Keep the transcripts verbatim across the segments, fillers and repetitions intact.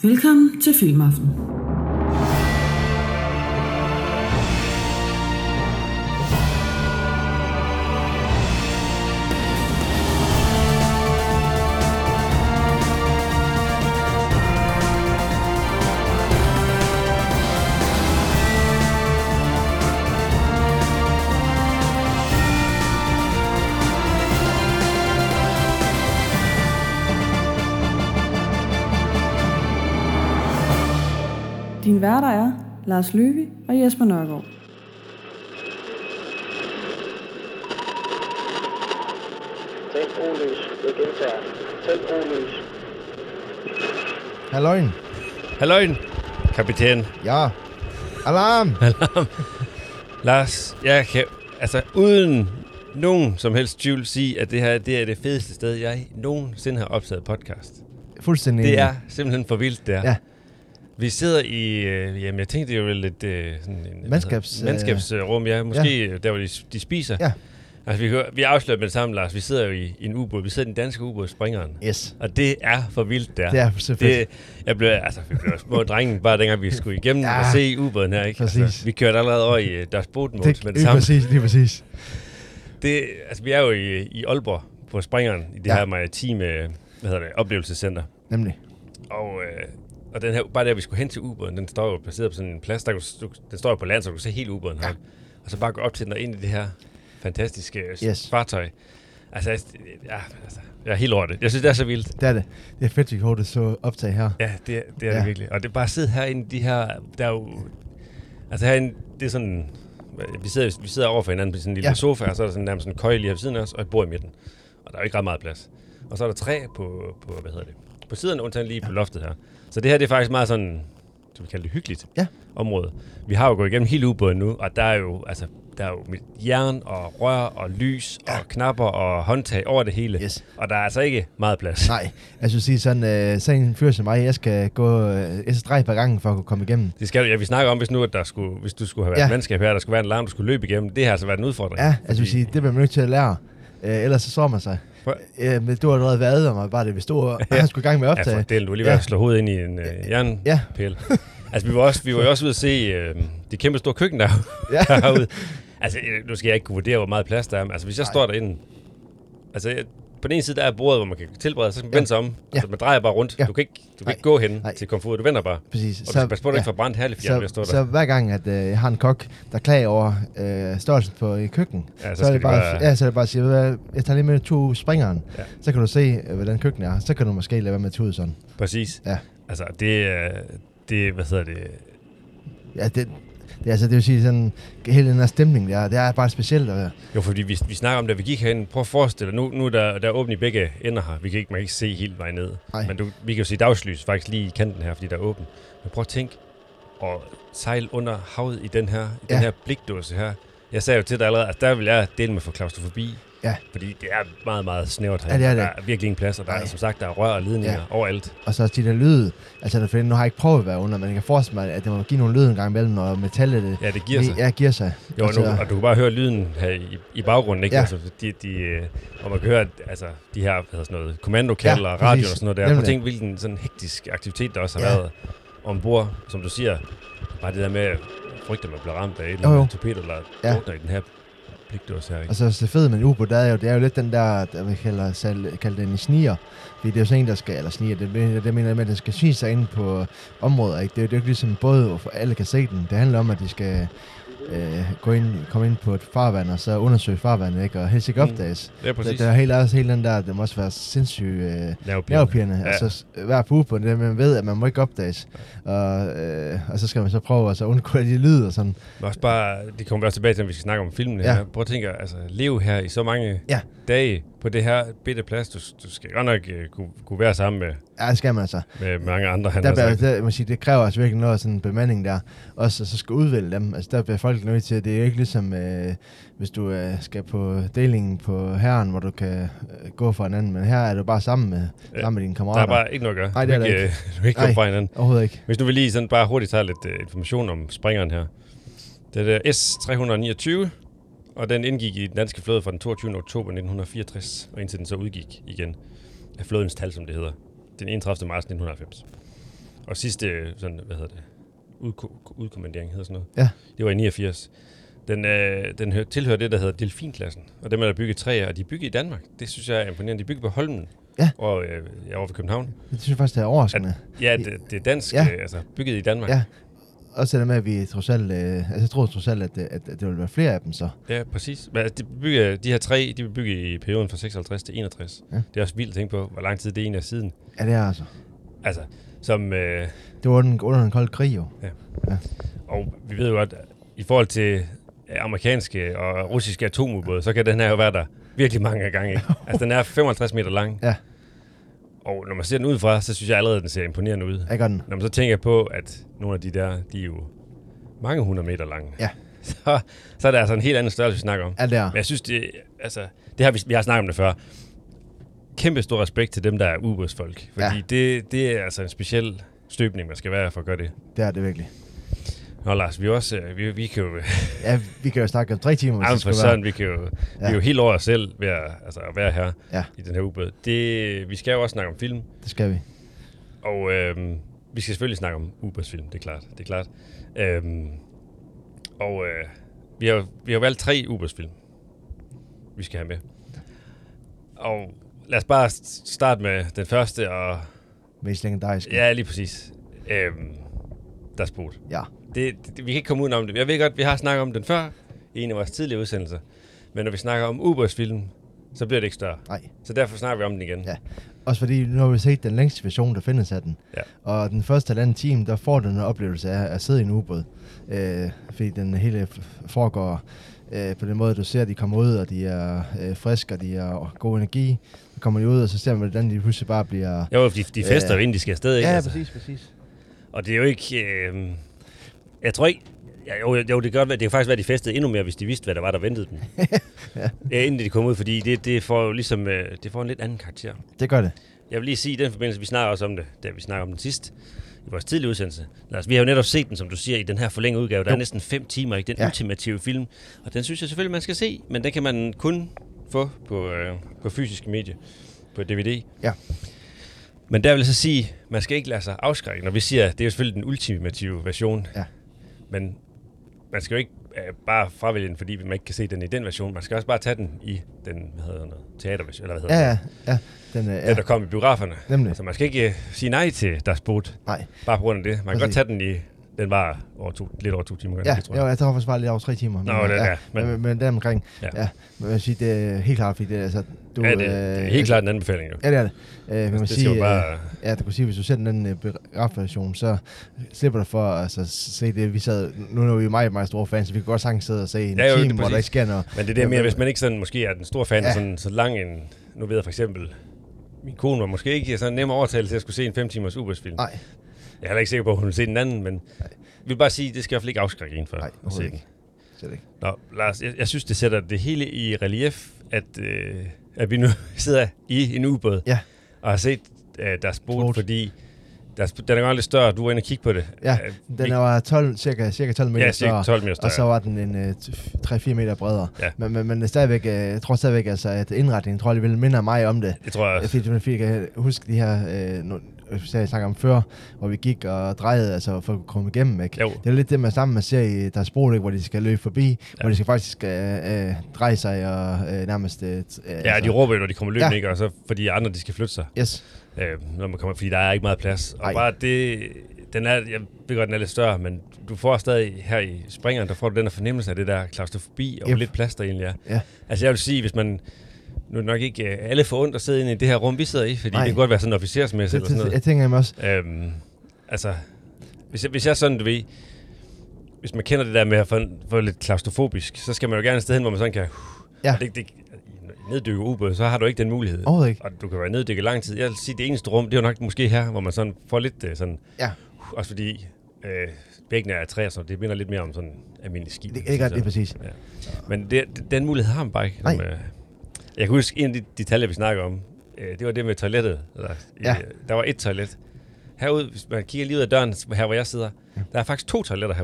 Velkommen til Filmaften. Din værter er Lars Løve og Jesper Nørgaard. Tænd olys. Det gentager. Tænd olys. Halløjen. Halløjen, kapitæn. Ja. Alarm. Alarm. Lars, jeg kan altså uden nogen som helst tvivl sige, at det her det er det fedeste sted, jeg nogensinde har optaget podcast. Fuldstændig. Det er simpelthen for vildt, det er. Ja. Vi sidder i, øh, jamen jeg tænkte det er jo lidt øh, sådan en Mandskabs, mandskabsrum, ja, måske ja. Der hvor de, de spiser. Ja. Altså vi, vi afslører med det samme, Lars. Vi sidder jo i, i en ubåd. Vi sidder i den danske ubåd Springeren. Yes. Og det er for vildt, der. Det er så fedt. Det, jeg blev, altså, vi blev små drenge, bare dengang vi skulle igennem ja. og se ubåden her, ikke? Præcis. Altså, vi kørte allerede over i deres bådmål med det lige samme. Præcis, lige præcis. Det, altså, vi er jo i, i Aalborg på Springeren, i det ja. her maritime, hvad hedder det, oplevelsescenter. Nemlig. Og, øh, og den her, bare der, vi skulle hen til ubåden, den står jo placeret på sådan en plads, der kunne, den står jo på land, så du kan se hele ubåden her. Ja. Og så bare gå op til den og ind i det her fantastiske yes. fartøj. Altså, ja, altså, jeg er helt rådet. Jeg synes, det er så vildt. Det er det. Det er fedt, vi får det så optaget her. Ja, det, er, det er ja. det virkelig. Og det er bare at sidde herinde, de her, der er jo, altså herinde, det er sådan, vi sidder, vi sidder over for hinanden på sådan en lille ja. sofa, og så er der sådan nærmest sådan en køje lige her ved siden af os, og et bord i midten. Og der er jo ikke ret meget plads. Og så er der træ på, på hvad hedder det, på siden, undtagen lige ja. på loftet her. Så det her, det er faktisk meget sådan, som vi kalder det, hyggeligt ja. område. Vi har jo gået igennem hele ubåden nu, og der er jo, altså, der er jo jern og rør og lys ja. og knapper og håndtag over det hele. Yes. Og der er altså ikke meget plads. Nej, jeg skulle sige sådan, øh, sådan en fyr som mig, jeg skal gå øh, jeg skal dreje par gange for at kunne komme igennem. Det skal ja, vi snakker om, hvis nu at der skulle, hvis du skulle have været ja. et mandskab her, der skulle være en alarm, du skulle løbe igennem. Det har altså været en udfordring. Ja, jeg skulle sige, det bliver man nødt til at lære. Øh, ellers så sår man sig. Øh, men du har allerede været om mig, bare det, hvis du ja. han skulle i gang med at optage. Ja, for delen, du lige ja. at slå hovedet ind i en øh, jernpæl. Ja. Altså, vi var, også, vi var jo også ude at se øh, det kæmpe store køkken der ja. herude. Altså, nu skal jeg ikke kunne vurdere, hvor meget plads der er. Altså, hvis jeg Nej. står derinde... Altså, jeg, på den ene side, der er bordet, hvor man kan tilberede, så skal man ja. vende sig om. Ja. Altså, man drejer bare rundt. Ja. Du kan ikke, du kan ikke gå hen Nej. til komfort. Du vender bare. Præcis. Og du skal passe på, at du ja. ikke får brændt herligfjern, hvis jeg står der. Så hver gang, at øh, jeg har en kok, der klager over øh, størrelsen på i køkken, ja, så, så, er det bare, bare, ja, så er det bare at sige, jeg, jeg tager lige med to Springeren. Ja. Så kan du se, øh, hvordan køkkenet er. Så kan du måske lade være med at tage ud sådan. Præcis. Ja. Altså, det er... Det, hvad hedder det... Ja, det... Det, altså, det vil sige, sådan, hele den her stemning, der, det er bare specielt. Og, jo, fordi vi, vi snakker om det, vi gik herinde. Prøv at forestille dig, nu, nu der, der er åbent i begge ender her. Vi kan ikke, man kan ikke se helt vejen ned. Ej. Men du, vi kan jo se dagslys faktisk lige i kanten her, fordi der er åbent. Men prøv at tænke og sejle under havet i den her, i ja. den her blikdåse her. Jeg sagde jo til dig allerede, at der vil jeg dele med for klaustrofobi. Ja. Fordi det er meget, meget snævert her. Ja, det er det. Der er virkelig ingen plads, og der Ej. er som sagt, der er rør og ledninger ja. overalt. Og så de der lyde, altså for nu har jeg ikke prøvet at være under, men jeg kan forestille mig, at det må give nogle lyde en gang imellem, når metallet det, ja, det giver sig. Ja, giver sig. Jo, og, nu, og du kan bare høre lyden her i, i baggrunden, ikke? Ja. Altså, de, de, og man kan høre, altså, de her, hvad hedder sådan noget, kommandokald ja, og radio og sådan noget der. Prøv at tænke, hvilken sådan hektisk aktivitet der også har ja. været ombord, som du siger. Bare det der med, at frygter, man bliver ramt af et eller andet torpedo, eller ja. drukner i den her her, og så det fede med en ubåd, der er jo, det er jo lidt den der, der vi kalder, kalder den en sniger. Fordi det er jo sådan en, der skal, eller sniger, det, det mener jeg med, at den skal syge sig ind på områder, ikke? Det er jo ikke ligesom både, for alle kan se den. Det handler om, at de skal øh, gå ind, komme ind på et farvand, og så undersøge farvandet, ikke? Og helst ikke opdages. Mm, ja, præcis. Der er helt, også helt den der, det må også være sindssygt øh, nervepirrende. Ja. Altså hver på ubåden, det man ved, at man må ikke opdages. Og, øh, og så skal man så prøve at så undgå de lyder og sådan. Men også bare, det kommer også tilbage til, at vi skal snakke om filmen ja. her. Prøv at tænke, altså leve her i så mange ja. dage på det her bitte plads. Du, du skal godt nok uh, kunne, kunne være sammen med, ja, det skal man altså. med mange andre. Der bliver, der, man sige, det kræver altså virkelig noget sådan en bemanding der. Også så skal udvælge dem. Altså der bliver folk nødt til, det er jo ikke ligesom, øh, hvis du øh, skal på delingen på herren, hvor du kan øh, gå fra hinanden. Men her er du bare sammen med, ja. sammen med dine kammerater. Der er bare ikke noget at gøre. Nej, det er du ikke. Ikke, du kan ikke komme fra hinanden. Overhovedet ikke. Hvis du vil lige sådan bare hurtigt tage lidt uh, information om Springeren her. Det er S tre hundrede niogtyve, og den indgik i den danske flåde fra den toogtyvende oktober nitten fireogtres, og indtil den så udgik igen af flådens tal, som det hedder, den enogtredivte marts nitten halvfems. Og sidste, sådan, hvad hedder det, Udko- udkommandering hedder sådan noget. Ja. Det var i niogfirs. Den, øh, den hører, tilhører det, der hedder Delfinklassen. Og dem er der bygget tre af, og de er bygget i Danmark. Det synes jeg er imponerende. De er bygget på Holmen. Ja. Og, øh, ja, over ved København. Det synes jeg faktisk, det er overraskende. At, ja, det, det er dansk, Ja. øh, altså bygget i Danmark. Ja. Også det med, at vi trods alt, øh, altså jeg tror trods alt, at, at, at der vil være flere af dem så. Ja, præcis. Men altså, de, bygger, de her tre, de blev bygget i perioden fra seksoghalvtreds til enogtres. Ja. Det er også vildt at tænke på, hvor lang tid det egentlig er siden. Ja, det er altså. Altså, som... Øh, Det var den, under den kolde krig jo. Ja. Ja. Og vi ved jo godt, i forhold til amerikanske og russiske atomubåde, så kan den her jo være der virkelig mange gange. Ikke? Altså, den er femoghalvtreds meter lang. Ja. Og når man ser den udefra, så synes jeg allerede, at den ser imponerende ud. Jeg gør den. Når man så tænker på, at nogle af de der, de er jo mange hundrede meter lange. Ja. Så, så er det altså en helt anden størrelse, vi snakker om. Ja, det er. Men jeg synes, det, altså, det har vi, vi har snakket om det før. Kæmpe stor respekt til dem, der er ubådsfolk. Fordi Ja. det, det er altså en speciel støbning, man skal være for at gøre det. Det er det virkelig. Nå Lars, vi, også, vi, vi kan jo... Ja, vi kan jo snakke om tre timer, hvis Jamen det for skulle sådan, være. vi kan jo... Ja. Vi Ja. er jo helt over os selv ved at, altså, at være her Ja. i den her ubåd. Det, vi skal jo også snakke om film. Det skal vi. Og øhm, vi skal selvfølgelig snakke om ubådsfilm, det er klart. Det er klart. Øhm, og øh, vi, har, vi har valgt tre ubådsfilm, vi skal have med. Og lad os bare starte med den første, og Mest legendarisk. ja, lige præcis. Øhm, der er spurgt. Ja. Det, det, vi kan ikke komme ud om det. Jeg ved godt, vi har snakket om den før i en af vores tidligere udsendelser. Men når vi snakker om ubådsfilm, så bliver det ikke større. Nej. Så derfor snakker vi om den igen. Ja. Også fordi, nu har vi set den længste version, der findes af den. Ja. Og den første halvanden time, der får du en oplevelse af at sidde i en ubåd. Øh, fordi den hele f- foregår øh, på den måde, du ser, at de kommer ud, og de er øh, friske, og de har god energi. Så kommer de ud, og så ser man, hvordan de pludselig bare bliver... Jo, de, de fester jo Øh, inden de skal afsted, ikke? Ja, Altså. præcis, præcis. Og det er jo ikke... Øh, jeg tror ikke... Ja, jo, jo, det kan godt være, det kan faktisk være, de festede endnu mere, hvis de vidste, hvad der var, der ventede dem. Ja. Ja, inden de kom ud, fordi det, det får jo ligesom... Øh, det får en lidt anden karakter. Det gør det. Jeg vil lige sige i den forbindelse, vi snakker også om det, da vi snakker om den sidst, i vores tidlige udsendelse. Lars, vi har jo netop set den, som du siger, i den her forlængede udgave. Der Jo. er næsten fem timer, ikke? Den Ja. ultimative film. Og den synes jeg selvfølgelig, man skal se, men den kan man kun få på, øh, på fysiske medier, på D V D. Ja. Men der vil jeg så sige, man skal ikke lade sig afskrække, når vi siger, det er jo selvfølgelig den ultimative version. Ja. Men man skal jo ikke øh, bare fravælge den, fordi man ikke kan se den i den version. Man skal også bare tage den i den, hvad hedder noget, teaterversion, eller hvad hedder Ja, det? ja, ja. Den, øh, Den, ja. der kom i biograferne. Nemlig. Så man skal ikke uh, sige nej til deres spot, Nej. bare på grund af det. Man kan Præcis. godt tage den i, den var over to, lidt over to timer. Ja, det, tror jo, jeg. jeg tror faktisk bare lidt over tre timer. Nå, det- ja, ja, men- men, men, men deromkring, Ja. ja. ja. Men jeg vil sige, det er helt klart, fordi det er, altså, du... Ja, det, det er helt altså, klart en anbefaling jo. Ja, det er det. Øh, kan man det skal sige, jo bare... øh, ja, du kan sige, hvis du ser den uh, biografversion, så slipper du for at altså, se det. Vi sad, nu er vi jo meget, meget store fans, så vi kan godt sagtens sidde og se en Ja, jo, det er time, hvor der præcis. ikke sker noget. Men det er det Ja, mere, men- hvis man ikke sådan, måske er den store fan, ja. Ja. sådan, så lang en... Nu ved jeg for eksempel, min kone var måske ikke sådan nem overtale til at skulle se en fem timers ubådsfilm. Nej, Jeg er heller ikke sikker på, at hun vil se den anden, men jeg vil bare sige, det skal i hvert fald ikke afskrække en for nej, at se overhovedet den. ikke. Slet ikke. Nå, Lars, jeg, jeg synes, det sætter det hele i relief, at, øh, at vi nu sidder i en ubåd Ja. og har set øh, deres båd, Båd. fordi deres, den er godt lidt større. Du var inde og kigge på det. Ja, Øh, den vi- var tolv, cirka, cirka tolv meter ja, cirka større, tolv meter større. og så var den en uh, tre fire meter bredere. Ja. Men, men, men stadigvæk, uh, jeg tror stadigvæk, altså, at indretningen, tror jeg, vil minder mig om det. Det tror jeg også. Fordi, fordi jeg kan huske de her, øh, nu, jeg snakker om før, hvor vi gik og drejede, altså for at komme igennem, ikke? Jo. Det er lidt det, man sammen man ser i deres sprog, hvor de skal løbe forbi, ja. Ja. hvor de skal faktisk øh, øh, dreje sig og øh, nærmest... Øh, Ja, de råber jo, når de kommer løbende, Ja. ikke? Og så fordi andre, de skal flytte sig, Yes. øh, når man kommer, fordi der er ikke meget plads. Og Ej. bare det, den er, jeg ved godt, den er lidt større, men du får stadig her i springeren, der får du den her fornemmelse af det der klaustrofobi, og hvor Yep. lidt plads der egentlig er. Ja. Altså jeg vil sige, hvis man... Nu er det nok ikke øh, alle for ondt at sidde inde i det her rum, vi sidder i, fordi Nej. det kan godt være sådan officersmæssigt Det, eller sådan det, noget. jeg tænker mig også, Øhm, altså, hvis jeg, hvis jeg sådan, du ved, hvis man kender det der med at få, få lidt klaustrofobisk, så skal man jo gerne et sted hen, hvor man sådan kan, ja, og det, det, neddykke ubåd, så har du ikke den mulighed. overhovedet ikke. Og du kan være neddykket lang tid. Jeg vil sige, det eneste rum, det er jo nok måske her, hvor man sådan får lidt øh, sådan, Ja. også fordi øh, bækkene er træer, så det minder lidt mere om sådan almindelig skib. Det er ikke det præcis. Ja. Men det, den mulighed har man bare ikke. Nej. Når man, jeg kan huske, en af de detaljer, vi snakker om, øh, det var det med toilettet. Eller, Ja. øh, der var et toilet. Herude, hvis man kigger lige ud af døren, her hvor jeg sidder, Ja. der er faktisk to toiletter herude.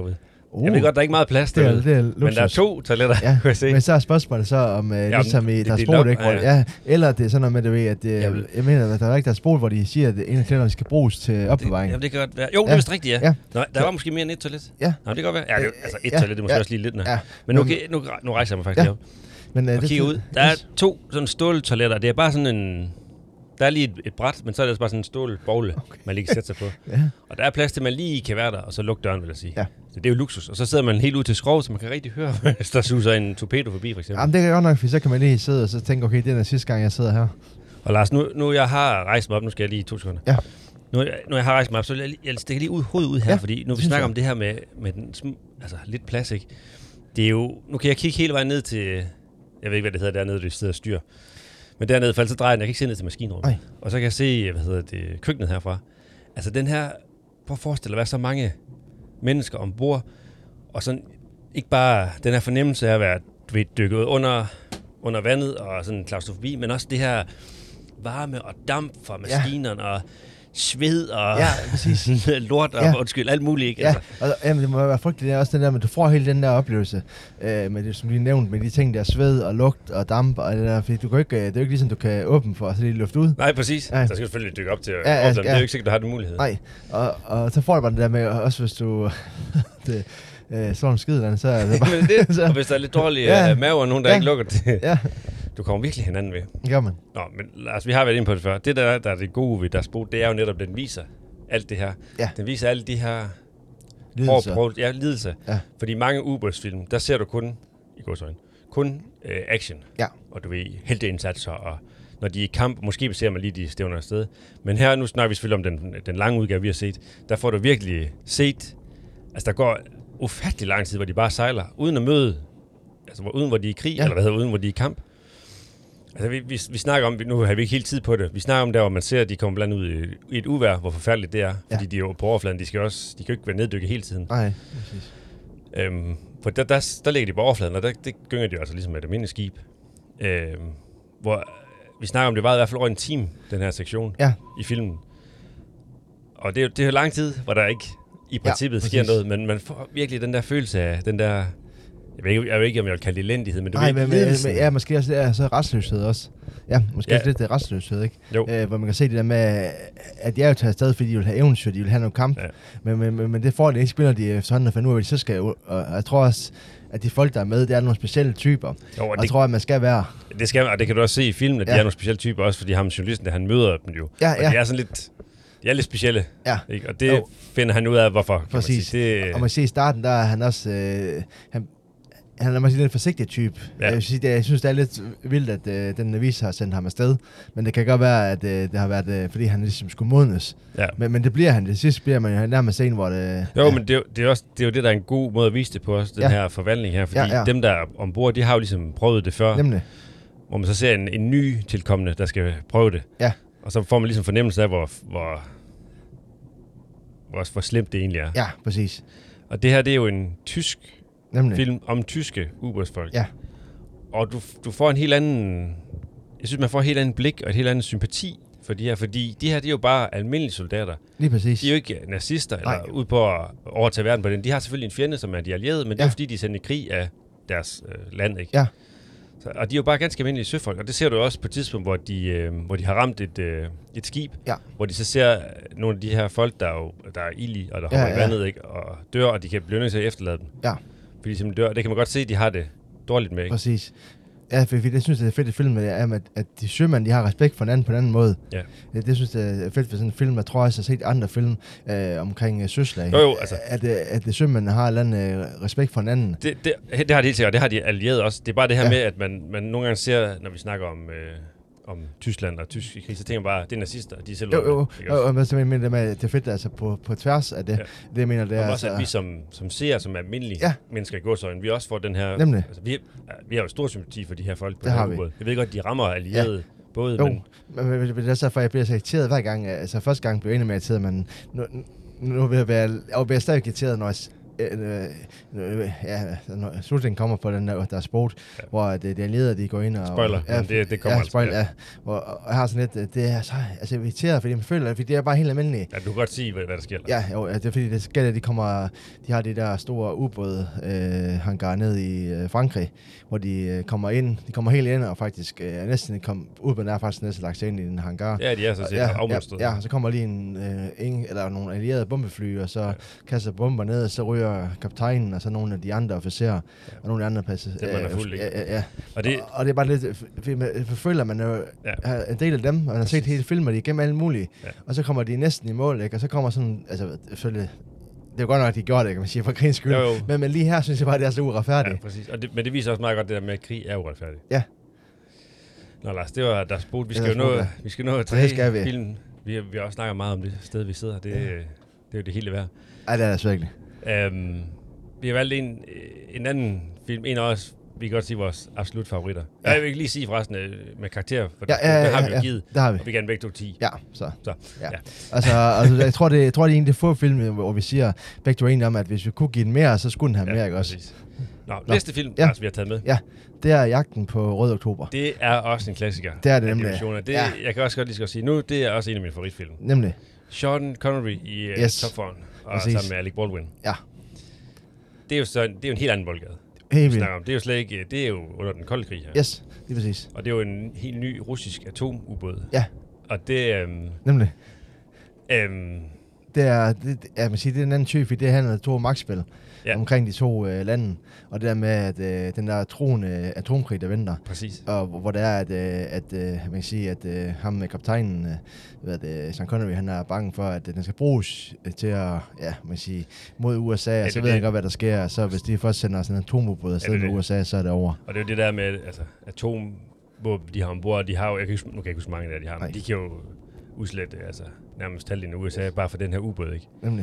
Uh, jeg ved godt, der er ikke meget plads det er, der, det er men der er to toiletter, ja, kunne jeg se. Men så er spørgsmålet så, om uh, Jamen, ligesom i det- der er det er spol, nok- ikke? Hvor, ja, ja. ja, eller det er sådan noget med, du ved, at det, Jamen. jeg mener, at der er ikke der er spol, hvor de siger, at en af toiletterne skal bruges til Det, opbevaring. jamen, det kan godt være. Jo, det Ja. er vist rigtigt, ja. Ja. Nå, der var måske mere end et toilet. Ja. Nå, det kan godt være. Ja, det, er jo- altså et Ja, toilet, det er måske ja. også lige lidt. Nå. Ja. Men nu, Nå, okay, nu, nu rejser jeg mig faktisk Ja. lige op Men, uh, og kigger ud. Der er to sådan ståltoiletter. Det er bare sådan en... Der er lige et, et bræt, men så er det altså bare sådan en stålbogle, okay. man lige kan sætte sig på. Ja. Og der er plads til, at man lige kan være der, og så lukke døren, vil jeg sige. Ja. Så det er jo luksus. Og så sidder man helt ud til skrov, så man kan rigtig høre, hvis der suser en torpedo forbi, for eksempel. Jamen, det kan godt nok, for så kan man lige sidde og så tænke, okay, det er den sidste gang, jeg sidder her. Og Lars, nu, nu jeg har rejst mig op, nu skal jeg lige to sekunder. Ja. Nu, nu jeg har rejst mig op, så vil jeg, lige- jeg stikker lige ud, hovedet ud her, Ja, fordi nu vi synes snakker jeg. om det her med, med den sm- altså lidt plads, ikke? Det er jo, nu kan jeg kigge hele vejen ned til, jeg ved ikke, hvad det hedder dernede, det sidder og styr. Men dernede, for så drejer den, jeg kan ikke se ned til maskinrummet. Nej. Og så kan jeg se, hvad hedder det, køkkenet herfra. Altså den her, prøv at forestille dig, hvad så mange mennesker ombord, og sådan, ikke bare den her fornemmelse af at være, du ved, dykket under, under vandet, og sådan klaustrofobi, men også det her varme og damp fra maskinerne, ja. og sved og Ja, præcis. lort og Ja. undskyld, alt muligt, ikke? Ja, Altså, og jamen, det må være frygteligt, det er også den der, men du får hele den der oplevelse, øh, med det, som lige nævnt, med de ting der, sved og lugt og damp og det der, fordi du kan ikke, det er jo ikke ligesom, du kan åbne for, og så lige lufte ud. nej, præcis. Ja. Der skal selvfølgelig dykke op til Ja, ja, overfladen. Det er ja. jo ikke sikkert, du har den mulighed. Nej, og, og så får du bare det der med, også hvis du det, øh, slår en skid, så er det bare... Men det, så, og hvis der er lidt dårlig Ja. ja. mave og nogen, der Ja. ikke lukker det, ja, du kommer virkelig hinanden ved. det gør man. Nå, men Lars, vi har været inde på det før. Det, der, der er det gode ved deres bog, det er jo netop, den viser alt det her. Ja. Den viser alle de her Lidelser. hårde ja, lidelser. Ja. Fordi mange ubådsfilm, der ser du kun, i godsøjne, kun øh, action. Ja. Og du ved, helteindsatser, og når de er i kamp, måske ser man lige, de stævner afsted. Men her, nu snakker vi selvfølgelig om den, den lange udgave, vi har set. Der får du virkelig set, altså der går ufattelig lang tid, hvor de bare sejler, uden at møde, altså hvor, uden hvor de er i krig, Ja. eller hvad hedder, uden hvor de er i kamp. Altså, vi, vi, vi snakker om, nu har vi ikke helt tid på det, vi snakker om der, hvor man ser, at de kommer blandt ud i, i et uvejr, hvor forfærdeligt det er. Ja. Fordi de er jo på overfladen, de skal også, de kan jo ikke være neddykket hele tiden. Nej, præcis. Øhm, for der, der, der ligger de på overfladen, og der, det gynger de jo altså ligesom et almindeligt skib. Øhm, hvor vi snakker om, det var i hvert fald over en time, den her sektion Ja. i filmen. Og det er jo det er jo lang tid, hvor der ikke i princippet Ja, sker præcis. noget, men man får virkelig den der følelse af, den der, jeg ved ikke, jeg ved ikke om jeg vil kalde det elendighed, men du Nej, ved men, ikke, men, lidelsen. men, ja, måske også det er så restløshed også. Ja, måske Ja. også lidt det restløshed, ikke? Jo. Øh, hvor man kan se det der med, at de er jo taget afsted, fordi de vil have eventyr, de vil have noget kamp. Ja. Men, men, men, men det får de ikke, spiller de efterhånden at finde ud af, hvad de så skal. Og jeg tror også, at de folk, der er med, det er nogle specielle typer. Jo, og Og det, jeg tror, at man skal være... det, skal, og det kan du også se i filmen, at ja. de Ja. er nogle specielle typer, også fordi ham journalisten, der han møder dem jo. Ja, og ja. de er sådan lidt, de er lidt specielle, Ja, ikke? Og det Jo. finder han ud af, hvorfor, kan præcis. man sige. Det, Og man ser i starten, der er han også... Øh, han, han er måske lidt en forsigtig type. Ja. Jeg, vil sige, det, jeg synes, det er lidt vildt, at øh, den avis har sendt ham afsted. Men det kan godt være, at øh, det har været, øh, fordi han ligesom skulle modnes. ja. Men, men det bliver han. Det sidste bliver man jo nærmest en, hvor det... Jo, ja. men det er, jo- det, er også, det er jo det, der er en god måde at vise det på os, den Ja. her forvandling her. Fordi Ja, ja. dem, der er ombord, de har jo ligesom prøvet det før. Nemlig. Hvor man så ser en, en ny tilkommende, der skal prøve det. Ja. Og så får man ligesom fornemmelse af, hvor, hvor, hvor, hvor slemt det egentlig er. Ja, præcis. Og det her, det er jo en tysk Nemlig. film om tyske ubådsfolk. Ja. Og du, du får en helt anden... Jeg synes, man får et helt andet blik og et helt andet sympati for de her. Fordi de her, det er jo bare almindelige soldater. Lige præcis. De er jo ikke nazister eller Nej. ude på at overtage verden på den. De har selvfølgelig en fjende, som er de allierede, men det er Ja. jo fordi, de er sendt i krig af deres øh, land, ikke? Ja. Så, og de er jo bare ganske almindelige søfolk, og det ser du også på et tidspunkt, hvor de, øh, hvor de har ramt et, øh, et skib, Ja. hvor de så ser nogle af de her folk, der er, jo, der er ild i, og der Ja, hopper i ja. vandet, ikke? Og dør, og de kan blive nødt til at efterlade dem. Ja. Fordi de simpelthen dør. Det kan man godt se, de har det dårligt med, ikke? Præcis. Ja, for for det synes jeg, det er fedt i filmen, det er, at, at de sømænd, de har respekt for hinanden på en anden måde. Ja. Det, det synes jeg er fedt for sådan en film. Jeg tror også, jeg har set andre film øh, omkring øh, søslag. Jo, jo, altså. At, øh, at de sømænd har en eller anden øh, respekt for hinanden. Det, det, det har de helt sikkert, og det har de allierede også. Det er bare det her Ja. med, at man, man nogle gange ser, når vi snakker om, øh, om Tyskland og tysk krig, så tænker man bare, det er nazister, de er selv Jo, jo, ikke jo, også? og hvad så mener det med, at det er fedt altså på, på tværs af det. Ja. Ja. Det jeg mener, det er Og også, altså... at vi som, som ser, som almindelige Ja. mennesker i godsøjne, vi også får den her... Nemlig. Altså, vi, vi har jo stor sympati for de her folk på Det den har her vi. ubåd. Jeg ved godt, de rammer allierede ja. både, Jo, men... men, men, men det er så, for jeg bliver så irriteret hver gang. Altså første gang blev jeg enig med irriteret, men nu, nu vil jeg være, jeg bliver stadig irriteret, når jeg, øh, øh, ja, når slutningen kommer på den der, der sport, ja. hvor det, det er leder, de går ind og... Spoiler, ja, det, det kommer ja, altså. Spoiler, ja. Og, og jeg har sådan lidt, det er så altså, irriteret, fordi man føler, at det er bare helt almindeligt. Ja, du kan godt sige, hvad, hvad der sker. Ja, jo, det er fordi, det sker, at de kommer, de har de der store ubåde øh, hangar ned i øh, Frankrig, hvor de øh, kommer ind, de kommer helt ind og faktisk øh, næsten kom, ubåden er faktisk næsten lagt sig ind i en hangar. Ja, de er så set ja, afmønstret. Ja, ja, så kommer lige en, øh, en eller nogle allierede bombefly, og så ja. kaster bomber ned, og så ryger kaptajnen, og så nogle af de andre officerer, ja. og nogle af de andre passagerer. Det man er fuld, ja, ja, ja. Og det, og, og det er bare lidt, fordi man føler, man er ja. en del af dem, og man har set hele filmen, de igennem alle mulige, ja. og så kommer de næsten i mål, ikke? Og så kommer sådan, altså selvfølgelig, det er jo godt nok, at de gjorde det, kan man sige, for krigens skyld. Men, men lige her synes jeg bare, det er så uretfærdigt. Ja, præcis. Og det, men det viser også meget godt det der med, at krig er uretfærdigt. Ja. Nå Lars, det var deres spot. Vi skal jo nå, ja. vi skal nå at tage vi. filmen. Vi har, vi har også snakket meget om det sted, vi sidder. Det, ja. det er jo det hele værd. Ej, det er det virkelig. Um, vi har valgt en, en anden film. En af os, vi kan godt sige vores absolut favoritter. Ja. Jeg vil ikke lige sige forresten med karakter, for ja, ja, ja, det har vi jo ja, givet. Det har vi. Og vi kan begge to ti. Ja, så. så ja. ja. altså, altså, jeg tror, det, jeg tror, det er en af de få film, hvor vi siger begge to enige om, at hvis vi kunne give den mere, så skulle den have ja, mere, ikke også? Nå, Nå, næste film, ja. altså, vi har taget med. Ja, det er Jagten på Rød Oktober. Det er også en klassiker. Det er det nemlig. Det, ja. Jeg kan også godt lige skal sige, nu det er også en af mine favoritfilm. Nemlig. Sean Connery i yes. uh, Top Gun, og Præcis. sammen med Alec Baldwin. Ja. Det er jo, så, det er jo en helt anden boldgade. Helt vildt. Det er jo slet ikke, det er jo under den kolde krig her. Yes, det er præcis. Og det er jo en helt ny russisk atomubåd. Ja. Og det... Øhm, nemlig. Øhm, det er, det, ja, man siger, det er en anden type, det handler om to magtspil ja. omkring de to øh, lande. Og det der med, at øh, den der troende atomkrig, der venter. Præcis. Og hvor det er, at, øh, at øh, man kan sige, at øh, ham med kaptajnen, øh, hvad det, Sean Connery, han er bange for, at øh, den skal bruges øh, til at, ja, man kan sige, mod U S A. Ja, og så ved han godt, hvad der sker. Så hvis de først sender sådan en atomubåd afsted ja, med U S A, så er det over. Og det er jo det der med, altså atomvåben, de har ombord, de har jo, jeg kan ikke, nu kan jeg ikke huske, mange af de har, men de kan jo udslette, altså nærmest halvdelen af U S A, bare for den her ubåd, ikke? Nemlig.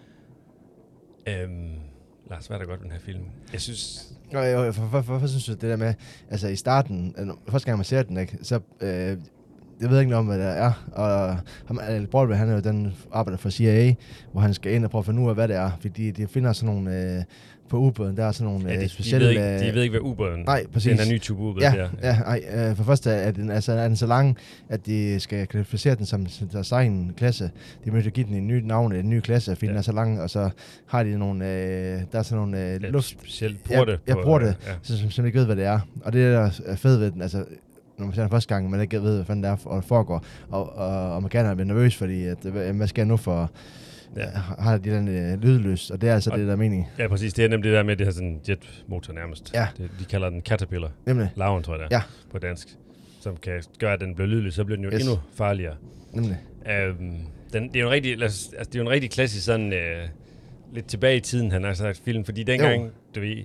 Øhm, Lars, hvad er der godt med den her film? Jeg synes... Jo, jo, for, for, for, for synes du det der med, altså i starten, første gang man ser den, ikke, så, øh, jeg ved ikke noget om, hvad det er, og ham, Alec Baldwin, han er jo den arbejder for C I A, hvor han skal ind og prøve at finde ud af, hvad det er, fordi de finder sådan nogle, øh, på ubåden, der er sådan nogle ja, de, øh, specielle... De ved, ikke, de ved ikke, hvad ubåden nej, præcis. Den her nye type ubåd ja, der. Ja, ja nej, øh, for først er den, altså, er den så lang, at de skal kvalificere den som deres egen klasse. De må give den en ny navn, en ny klasse, fordi ja. den er så lang, og så har de nogle, øh, der er sådan nogle øh, luft... Specielt porte. Ja, ja porte, ja. som, som, som ikke ved, hvad det er. Og det der er fedt ved den, altså... når man ser den første gang, man ikke ved, hvad fanden det er, og det foregår. Og, og, og man kan blive nervøs, fordi at, hvad sker nu for... Ja. Har de den øh, lydløs, og det er altså og, det, der er meningen. Ja, præcis. Det er nemlig det der med, at det har sådan en jetmotor nærmest. Ja. Det, de kalder den Caterpillar. Nemlig. Larven, tror jeg det er, ja. på dansk. Som kan gøre, at den bliver lydløs, så bliver den jo yes. endnu farligere. Nemlig. Øhm, den, det er jo en rigtig, altså, det er jo en rigtig klassisk sådan, øh, lidt tilbage i tiden, han har sagt film, fordi dengang, jo. du ved,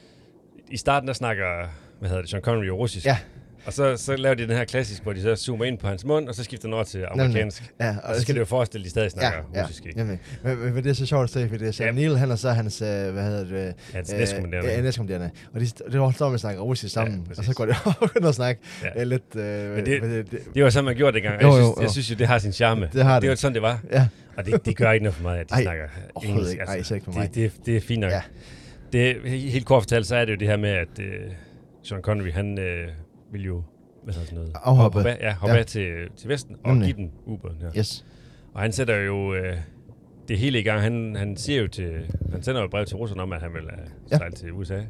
i starten der snakker, hvad hedder det, Sean Connery jo russisk. Ja. Og så, så laver de den her klassisk, hvor de så zoomer ind på hans mund, og så skifter den over til amerikansk. Ja, og, og så skal det jo forestille, at de stadig snakker ja, russisk. Ja, men, men, men det er så sjovt at se, fordi det er ja. Neil, han er så hans, øh, hvad hedder det? Hans øh, næstkommanderende. Ja, næstkommanderende. Og de, det var står med at snakke russisk sammen, ja, og så går det over at snakke ja. lidt... Øh, men det, det, det, det var sådan, man gjorde det gang. Jeg, synes, jeg synes jo, det har sin charme. Det har det. Det var sådan, det var. Ja. Og det, det gør ikke noget for mig, at de Ej, snakker engelsk. Altså, Ej, så ikke for mig. Det, det, det er fint nok. Ja. Det, helt kort fortalt, så er det jo det her med, at øh, Sean Connery, han øh, vil jo... Hvad så sådan noget? Afhoppe. Hoppe af, ja, hoppe ja. af til, til Vesten og Nemlig. give den ubåden her. Yes. Og han sætter jo øh, det hele i gang. Han, han siger jo til... Han sender jo et brev til russerne om, at han vil uh, sejle ja. til U S A.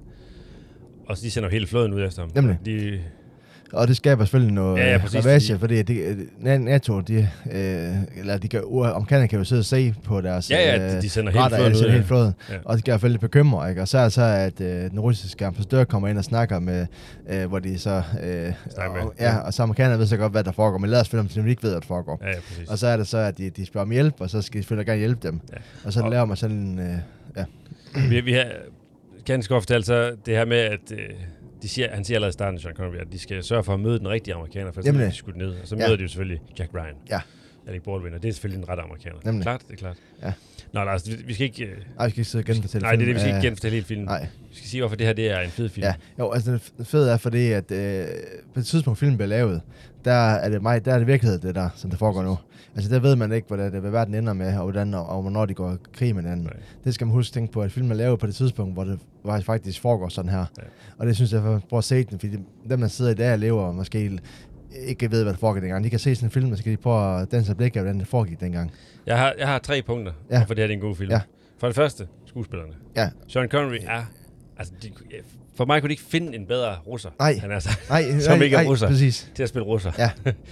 Og så de sender jo hele flåden ud efter ham. Nemlig. De, og det skaber selvfølgelig noget ja, ja, præcis, ravage, fordi, fordi det, NATO, de, øh, eller de kan, amerikanerne kan jo sidde og se på deres ja, ja, de, de sender hele retter, flåden ud. Ja. Hele flåden, ja. Og det gør selvfølgelig bekymre, ikke? Og så er det så, at øh, den russiske ambassadør kommer ind og snakker med, øh, hvor de så... Øh, og, ja, og så amerikanerne ved så godt, hvad der foregår, men lad os selvfølgelig, om de ikke ved, hvad der foregår. Ja, ja, præcis. Og så er det så, at de, de spørger om hjælp, og så skal de selvfølgelig gerne hjælpe dem. Ja. Og så og laver man sådan en... Øh, ja. vi, vi har ganske ofte altså det her med, at... Øh, De siger, han siger allerede i starten, Sean Connery, at de skal sørge for at møde den rigtige amerikaner, for så bliver de skudt ned. Og så ja. møder de jo selvfølgelig Jack Ryan, ja. Alec Baldwin, og det er selvfølgelig en ret amerikaner. Nemlig. Klart, det er klart. Ja. Nå, Lars, vi, vi skal ikke... Uh... Nej, vi skal ikke sidde og genfortælle Nej, det er det, vi skal uh, ikke genfortælle hele filmen. Nej. Vi skal sige, hvorfor det her det er en fed film. Ja, jo, altså det fede er, fordi at øh, på et tidspunkt filmen bliver lavet, der er det mig, der er det virkelighed, det der, som det foregår nu. Altså der ved man ikke, hvad, det, hvad verden ender med, og hvordan og, og hvornår de går i krig med hinanden. Nej. Det skal man huske tænke på, at filmen er lavet på det tidspunkt, hvor det faktisk foregår sådan her. Ja. Og det synes jeg, jeg prøver at se den, fordi dem, der sidder i dag og lever, og måske ikke ved, hvad der foregik dengang. De kan se sådan en film, og så kan de prøve at danse blik af, hvordan det foregik dengang. Jeg har, jeg har tre punkter, ja. For det her det er en god film. Ja. For det første, skuespillerne. Ja. Sean Connery er... Altså, de, for mig kunne de ikke finde en bedre russer, nej. han er så, nej, som nej, ikke er nej, russer, præcis. til at spille russer. Ja.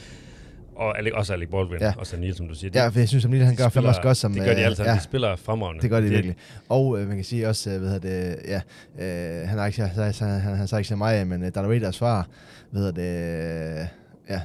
Og Alec, også Alec Baldwin, ja. Og Neil, som du siger. Ja, for jeg synes, at Neil, han gør fandme også godt som... Det gør de alle sammen, ja. De spiller fremragende. Det gør de det, virkelig. Og øh, man kan sige også, øh, hvad hedder det, ja, øh, han har ikke han, han, han, han sagt ikke så meget, men uh, Darth Vaders far, hvad hedder det... Øh, Ja,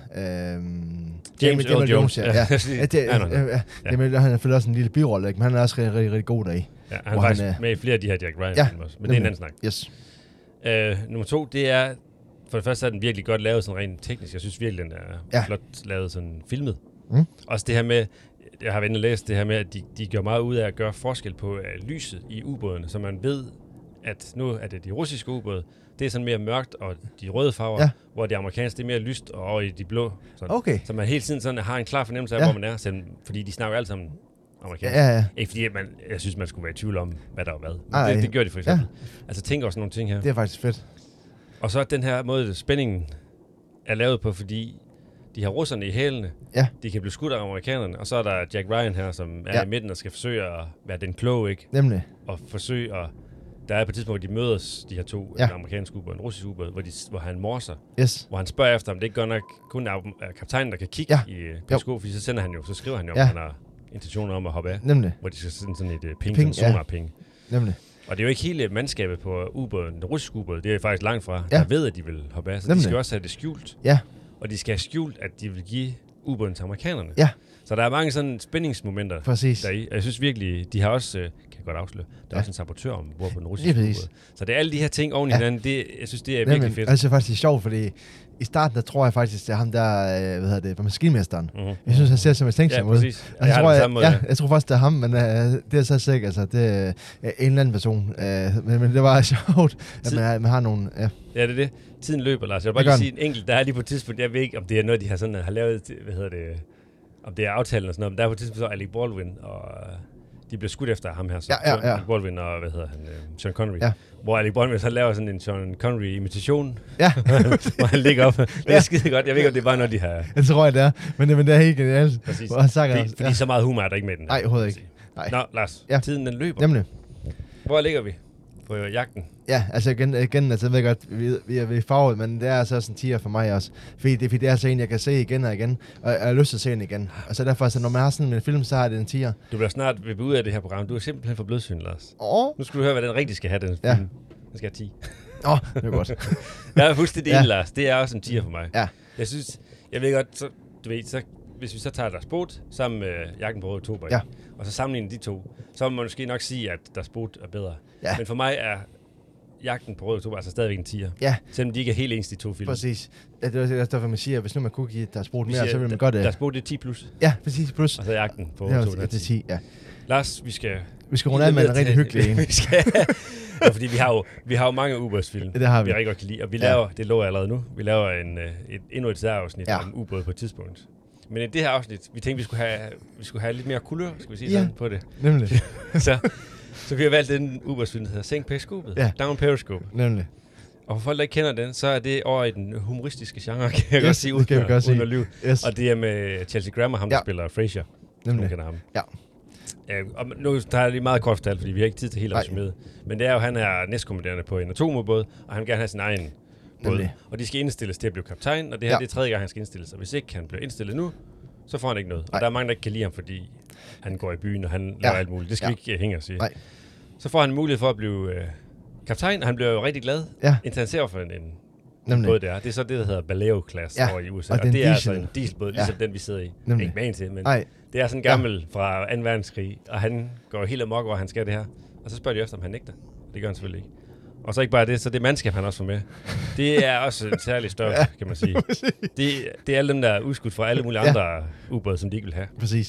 øhm, James Earl Jones, ja. ja. ja, det, ja, ja, ja. ja. Han er selvfølgelig også en lille birolle, men han er også rigtig, rigtig, rigtig god deri. Ja, han er faktisk han, med i flere af de her Jack Ryan ja, film også, men det er en anden snak. Yes. Øh, nummer to, det er, for det første er den virkelig godt lavet sådan rent teknisk. Jeg synes virkelig, den er ja. flot lavet sådan filmet. Mm. Også det her med, jeg har været inde og læst det her med, at de, de gør meget ud af at gøre forskel på uh, lyset i ubådene, så man ved, at nu er det de russiske ubåde, det er sådan mere mørkt, og de røde farver, ja. Hvor de amerikanske, det er mere lyst, og over i de blå. Sådan. Okay. Så man hele tiden sådan har en klar fornemmelse af, ja. Hvor man er, selv, fordi de snakker alle sammen amerikansk. Ja, ja, ja. Ikke fordi, man, jeg synes, man skulle være i tvivl om, hvad der var hvad. Men det, det gør de for eksempel. Ja. Altså tænker også nogle ting her. Det er faktisk fedt. Og så den her måde, spændingen er lavet på, fordi de har russerne i hælene, ja. De kan blive skudt af amerikanerne, og så er der Jack Ryan her, som er ja. i midten og skal forsøge at være den kloge, ikke? Nemlig. Og forsøge at... Der er på et tidspunkt, hvor de mødes, de her to, ja. En amerikansk ubåd og en russisk ubåd, hvor, de, hvor han morser, yes. Hvor han spørger efter, om det ikke godt nok kun er, er kaptajnen, der kan kigge ja. I periskop, fordi så sender han jo, så skriver han jo, ja. Om han har intentioner om at hoppe af. Nemlig. Hvor de skal sende sådan et uh, ping, ping sådan sonar ping. Ja. Nemlig. Og det er jo ikke hele mandskabet på ubåden, den russiske ubåd, det er faktisk langt fra, ja. Der ved, at de vil hoppe af, så Nemlig. De skal også have det skjult. Ja. Og de skal have skjult, at de vil give ubåden til amerikanerne. Ja. Så der er mange sådan spændingsmomenter Præcis. Deri. Og jeg synes virkelig, de har også, kan jeg godt afsløre, der er ja. Også en sabotør om, hvor på den russiske ubåd. Så det er alle de her ting oven i ja. Hinanden, det, jeg synes, det er Nemlig. Virkelig fedt. Og det er faktisk sjovt, fordi i starten, der tror jeg faktisk, det er ham der, hvad hedder det, maskinmesteren. Mm-hmm. Jeg synes, han ser som en tænksom ud. Ja, præcis. Jeg, jeg, tror, jeg, ja, jeg tror faktisk, det er ham, men uh, det er så sikkert, altså, det er uh, en eller anden person. Uh, men, men det var sjovt, at man, man har nogle... Ja. ja, det er det. Tiden løber, Lars. Jeg vil bare lige sige en enkelt, der er lige på et tidspunkt, jeg ved ikke, om det er noget, de har sådan, har lavet, hvad hedder det, om det er aftalen og sådan noget, men der er på et tidspunkt så Alec Baldwin, og de bliver skudt efter ham her, så ja, ja, ja. Alec Baldwin og, hvad hedder han, uh, Sean Connery, ja. Hvor Alec Baldwin så laver sådan en Sean Connery-imitation, ja. Hvor han ligger op. Det er ja. Skide godt, jeg ved ikke, om det er bare noget, de har... Jeg tror, det er, men det, men det er helt genialt. Præcis, sagt, fordi, fordi ja. Så meget humor er der ikke med den. Nej, overhovedet ikke. Nej. Nå, Lars, ja. Tiden den løber. Nemlig. Hvor ligger vi på jagten? Ja, altså igen, igen altså jeg ved godt, vi, vi er ved farvet, men det er altså sådan en tier for mig også. Fordi det, fordi det er altså en, jeg kan se igen og igen, og jeg har lyst til at se den igen. Og så derfor, så når man har sådan en film, så er det en tier. Du bliver snart ved ud af det her program. Du er simpelthen for blødsyn, Lars. Oh. Nu skal du høre, hvad den rigtig skal have, den ja. film. Den skal have ti. Åh, oh, det er godt. Jeg har fuldstændig det ja. Lars. Det er også en tier for mig. Ja. Jeg synes, jeg ved godt, så, du ved, så, hvis vi så tager deres Boat sammen med Jagten på Røde Oktober, ja. Og så sammenligner de to, så må man måske nok sige, at deres Boat er bedre. Ja. Men for mig er Jagten på Røde Oktober altså stadigvæk en tier. Ja. Selvom de ikke er helt ens, de to film. Præcis. Ja, det er derfor, man siger, at hvis nu man kunne give deres Boat mere, siger, så ville man godt... Deres Boat er ti plus. Ja, præcis, plus. Og så Jagten på Røde Oktober. Ja, det er ti, ja. Lars, vi skal... Vi skal runde af med en rigtig hyggelig en. Vi skal... Ja, fordi vi har jo, vi har jo mange ubådsfilm, det har vi. vi rigtig godt kan lide. Og vi ja. laver, det lover jeg allerede nu, vi laver en, et, endnu et særafsnit ja. Om ubåd på et tidspunkt. Men i det her afsnit, vi tænkte, vi skulle have, vi skulle have lidt mere kulør, skal vi sige ja. Sådan, på det. Nemlig. så, så vi har valgt den ubådsfilm, der hedder Sænk Periskopet. Ja. Down Periscope. Nemlig. Og for folk, der ikke kender den, så er det over i den humoristiske genre, kan jeg yes, godt sige, uden, kan godt sige. Uden yes. Og det er med Chelsea Grammer, ham ja. Der spiller Frasier. Nemlig. Kender ham. Ja. Ja, og nu tager jeg lige meget kort fortalt, fordi vi har ikke tid til helt at resumere. Men det er jo, han er næstkommanderende på en atomubåd, og han vil gerne have sin egen båd. Nemlig. Og de skal indstilles til at blive kaptajn, og det her ja. Det er tredje gang, han skal indstilles. Og hvis ikke han bliver indstillet nu, så får han ikke noget. Og Nej. Der er mange, der ikke kan lide ham, fordi han går i byen, og han ja. Laver alt muligt. Det skal ja. Vi ikke hænge og sige. Nej. Så får han mulighed for at blive øh, kaptajn, og han bliver jo rigtig glad. Ja. Indtil han ser for en, en båd der. Det er så det, der hedder Vallejo-klasse ja. Over i U S A. Og, og det er diesel. altså en dieselbåd, ligesom ja. Den, vi sidder i. Nemlig. Ikke magen til, men... Nej. Det er sådan en gammel ja. Fra anden verdenskrig, og han går helt amok, hvor han skal det her. Og så spørger de efter, om han nægter. Det gør han selvfølgelig ikke. Og så ikke bare det, så det mandskab, han også får med. Det er også en særlig større, ja. Kan man sige. Det, det er alle dem, der er udskudt fra alle mulige ja. Andre ubåde, som de ikke vil have. Præcis.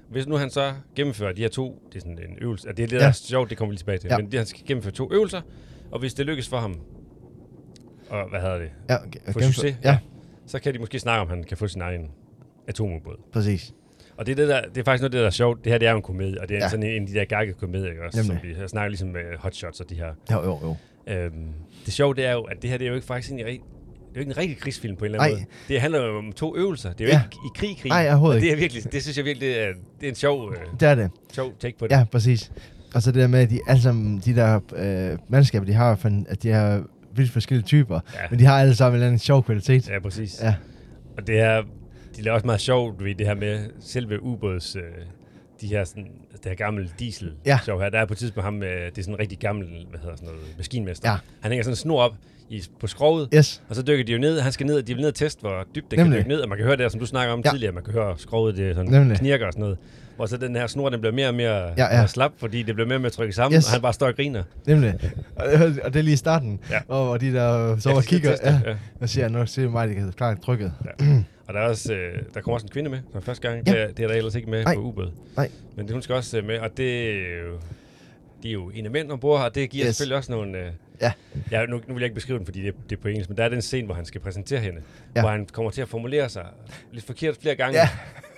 Hvis nu han så gennemfører de her to, det er sådan en øvelse, det er det, der ja. er sjovt, det kommer vi lige tilbage til, ja. men det, han skal gennemføre to øvelser, og hvis det lykkes for ham, og hvad hedder det, ja, få succes, ja. ja, så kan de måske snakke om, han kan få sin egen atomubåd. Præcis. Og det er, det, der, det er faktisk noget, det der er sjovt. Det her, det er jo en komedie, og det er ja. sådan en, en af de der gakkede komedier, ikke også? Som vi har snakket ligesom med Hot Shots og de her. Jo, jo, jo. Øhm, det sjove, det er jo, at det her, det er jo ikke faktisk en, det er jo ikke en rigtig krigsfilm på en eller anden Ej. måde. Det handler jo om to øvelser. Det er jo ja. ikke i krig, krig. Nej, overhovedet ikke. Det er virkelig, det synes jeg virkelig, det er, det er en sjov, øh, det er det. sjov take på det. Ja, præcis. Og så det der med, at de, alle sammen, de der øh, mandskaber, de har, at de har vildt forskellige typer, ja. men de har alle sammen en eller anden sjov kvalitet. Ja, præcis. Ja. Og det er, de laver også meget sjovt ved det her med selve ubåds, øh, de her sådan, det her gamle diesel ja. sjov her. Der er på et tidspunkt ham, øh, det er sådan en rigtig gammel, hvad hedder sådan noget, maskinmester. Ja. Han hænger sådan en snor op i, på skroget, yes. og så dykker de jo ned. Han skal ned, de vil ned og teste, hvor dybt det Nemlig. kan dykke ned. Og man kan høre det, som du snakker om ja. tidligere, man kan høre skroget, det sådan Nemlig. knirker og sådan noget. Hvor så den her snor, den bliver mere og mere ja, ja. slap, fordi det bliver mere og mere trykket sammen, yes. og han bare står og griner. Nemlig. Og, og det er lige i starten, ja. og, og de der så ja, og kigger, teste, ja, ja. og siger, nu ser mig, de kan klare trykket. Ja. Og der er også, øh, der kommer også en kvinde med, som første gang. Ja. Det, er, det er der ellers ikke med Nej. på ubåd. Nej. Men hun skal også øh, med, og det er jo, de er jo en af mænd ombord her, og det giver yes. selvfølgelig også nogle... Øh, ja. ja nu, nu vil jeg ikke beskrive den, fordi det, det er på engelsk, men der er den scene, hvor han skal præsentere hende, ja. hvor han kommer til at formulere sig lidt forkert flere gange. Ja.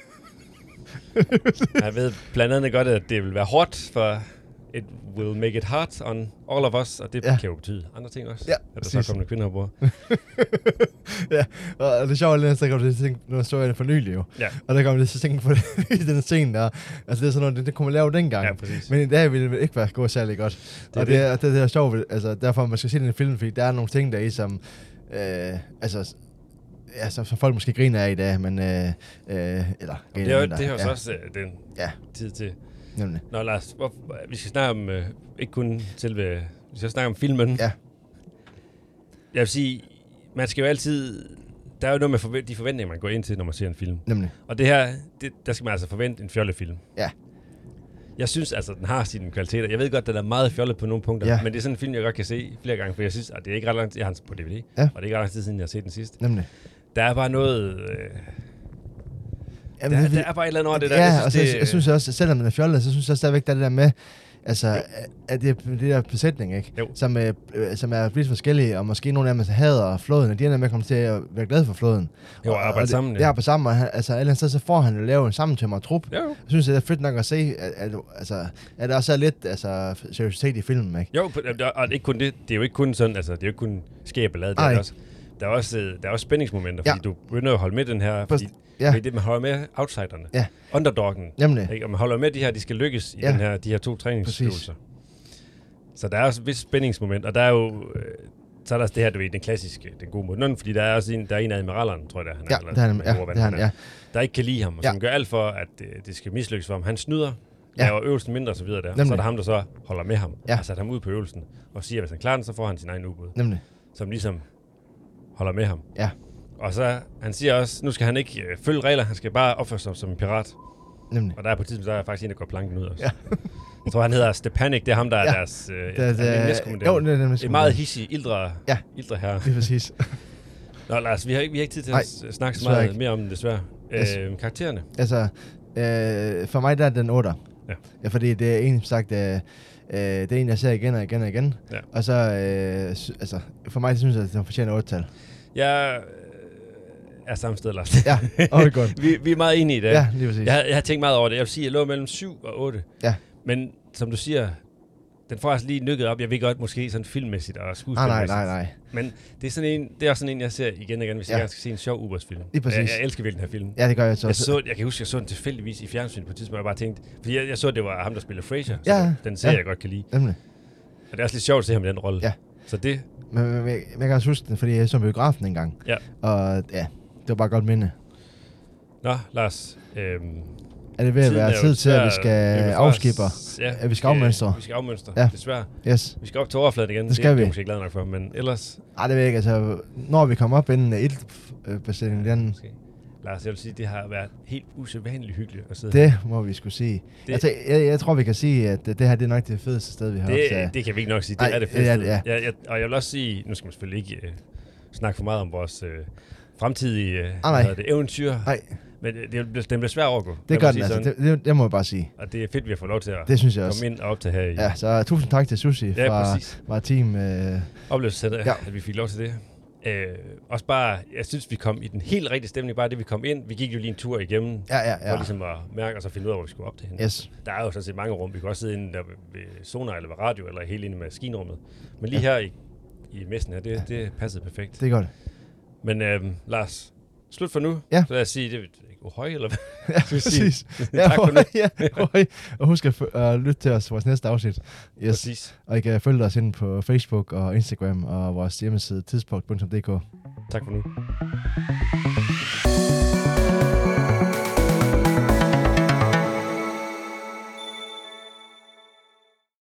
Jeg ved blandt andet godt, at det vil være hårdt for... It will make it hard on all of us, og det ja. kan jo betyde andre ting også. Ja, at der så kommer nogle kvinder ombord. ja, og det sjove er, at så kommer det til at tænke, nu så jeg det for nylig jo. Ja. Og der kommer det til at tænke på det, i den scene der. Altså det er sådan noget, det, det kunne man lave dengang. Ja, præcis. Men i dag ville det ikke være gået særlig godt. Det og det, det, det, det er sjovt, altså derfor man skal se den film, fordi der er nogle ting der i, som, øh, altså, ja, som, som folk måske griner af i dag, men, øh, øh, eller... Det er jo, det er jo ja. også øh, den ja. tid til. Nemlig. Nå Lars, hvor, vi skal snakke om, øh, ikke kun selve, vi skal snakke om filmen. Ja. Jeg vil sige, man skal jo altid, der er jo noget med forvent, de forventninger, man går ind til, når man ser en film. Nemlig. Og det her, det, der skal man altså forvente en fjollefilm. Ja. Jeg synes altså, den har sine kvaliteter. Jeg ved godt, den er meget fjollet på nogle punkter, ja. men det er sådan en film, jeg godt kan se flere gange, for jeg synes, at det er ikke ret lang tid, jeg har den på D V D, ja. og det er ikke ret lang tid siden, jeg har set den sidste. Nemlig. Der er bare noget... Øh, Jamen, der, det, der er bare et eller andet over det der. Ja, jeg synes, og så, det, jeg, jeg synes også, selvom den er fjollet, så synes jeg også stadigvæk, der er det der med, altså, jo. at det, det der besætning, ikke? Som, øh, som er lidt forskellige, og måske nogle af dem hader flåden, og de ender med at komme til at være glade for flåden. Jo, og arbejde sammen. Ja, arbejde sammen, og han, altså, et eller andet sted, så får han jo lavet en sammentømmer trup. Jo. Jeg synes, det er fedt nok at se, at, at, altså, at der også er lidt altså, seriøsitet i filmen, ikke? Jo, og ikke kun det, det er jo ikke kun sådan, altså, det er jo ikke kun skæb ballade, det er det også. Der er også, der er også spændingsmomenter, fordi ja. du begynder at holde med den her, fordi ja. det, man holder med outsiderne, ja. underdoggen, Nemlig. og man holder med de her, de skal lykkes i ja. den her, de her to træningsøvelser. Så der er også et vist spændingsmoment, og der er jo, øh, så er der også det her, du ved, den klassiske, den gode måde. Nogen, fordi der er også en, der er en af admiralerne, tror jeg, der, han ja, er, eller, det er han, ja, ven, det er han, ja. der ikke kan lide ham, og ja. som gør alt for, at det, det skal mislykkes for ham. Han snyder, ja. laver øvelsen mindre og så videre der, og så er der ham, der så holder med ham, ja. og sætter ham ud på øvelsen, og siger, at hvis han klarer den, så får han sin egen ubåd. Nemlig. Som ligesom holder med ham. Ja. Og så, han siger også, nu skal han ikke øh, følge regler, han skal bare opføre sig som en pirat. Nemlig. Og der er på et tidspunkt, der er faktisk en, der går planken ud også. Ja. Jeg tror, han hedder Stepanik, det er ham, der ja. er deres øh, det, det, næstkommanderende. Jo, det er næstkommanderende. En meget hissig, ildre, ja. ildre herre. Det er præcis. Nå Lars, vi har ikke, vi har ikke tid til Nej, at snakke så meget ikke. mere om det, desværre. Yes. Øh, karaktererne? Altså, øh, for mig der er den otter. Ja. Ja, fordi det er egentlig sagt, øh, øh, det er en, jeg ser igen og igen og igen. Ja. Og så, øh, sy- altså, for mig synes jeg, at den fortjener otte-tal. Jeg er samme sted, Lars. Ja, oh, godt. vi, vi er meget enige i det. Ja, lige præcis. Jeg, jeg har tænkt meget over det. Jeg vil sige, at jeg lå mellem syv og otte. Ja. Men som du siger, den får altså lige nykket op. Jeg ved godt, måske sådan filmmæssigt og skuespilmæssigt. Nej, nej, nej, nej. Men det er, sådan en, det er også sådan en, jeg ser igen og igen, hvis ja. jeg gerne skal se en sjov ubådsfilm. Lige præcis. Jeg, jeg elsker virkelig den her film. Ja, det gør jeg så. Jeg, så, jeg kan huske, jeg så den tilfældigvis i fjernsyn på et tidspunkt, og jeg bare tænkte, fordi jeg, jeg så, det var ham, der spiller Frasier. Ja. Så den serie, ja. jeg godt kan lide. Nemlig. Og det er også lidt sjovt at se ham i den rolle. Ja. Så det... Men, men, men jeg kan også huske den, fordi jeg så biografen engang. Ja. Og ja, det var bare godt minde. Nå, Lars. Øhm, er det ved at være tid til, at vi skal afskipper? Ja, at vi skal afmønstre? Vi skal afmønstre, ja. desværre. Yes. Vi skal op til overfladen igen. Det skal det, vi. Det er måske glad nok for, men ellers... Nej, det ved jeg ikke. Altså, når vi kommer op inden ildbesætningen, den... Okay. Lars, jeg vil sige, det har været helt usædvanligt hyggeligt at sidde Det her. må vi skulle sige. Det, altså, jeg, jeg tror, vi kan sige, at det her det er nok det fedeste sted, vi har det, optaget. Det kan vi ikke nok sige. Det Ej, er det fedeste. Ja, ja. Jeg, jeg, og jeg vil også sige, nu skal man selvfølgelig ikke uh, snakke for meget om vores uh, fremtidige uh, ah, det, eventyr. Nej. Men det, det, den bliver svær at overgå. Det gør den altså, det, det, det må jeg bare sige. Og det er fedt, vi har fået lov til at det synes jeg komme også. ind og optage her i. Ja, så tusind tak til Sushi ja, fra, præcis. fra team. Øh... Oplevelsescenter, ja. at vi fik lov til det. Øh, også bare, jeg synes, vi kom i den helt rigtige stemning, bare det, vi kom ind. Vi gik jo lige en tur igennem, ja, ja, ja. for ligesom at mærke, og så finde ud af, hvor vi skulle op til hende. Yes. Der er jo sådan set mange rum. Vi kan også sidde inde der ved Sonar, eller ved radio, eller helt inde i maskinrummet. Men lige ja. her i, i messen her, det, ja. det passede perfekt. Det er godt. Men øh, Lars, slut for nu. Ja. Så lad os sige, det er uhøj, eller hvad? Ja, præcis. Ja, tak for nu. Ja, og husk at uh, lytte til os vores næste afsnit. Yes. Præcis. Og I kan følge os ind på Facebook og Instagram og vores hjemmeside tidspunkt punktum d k. Tak for nu.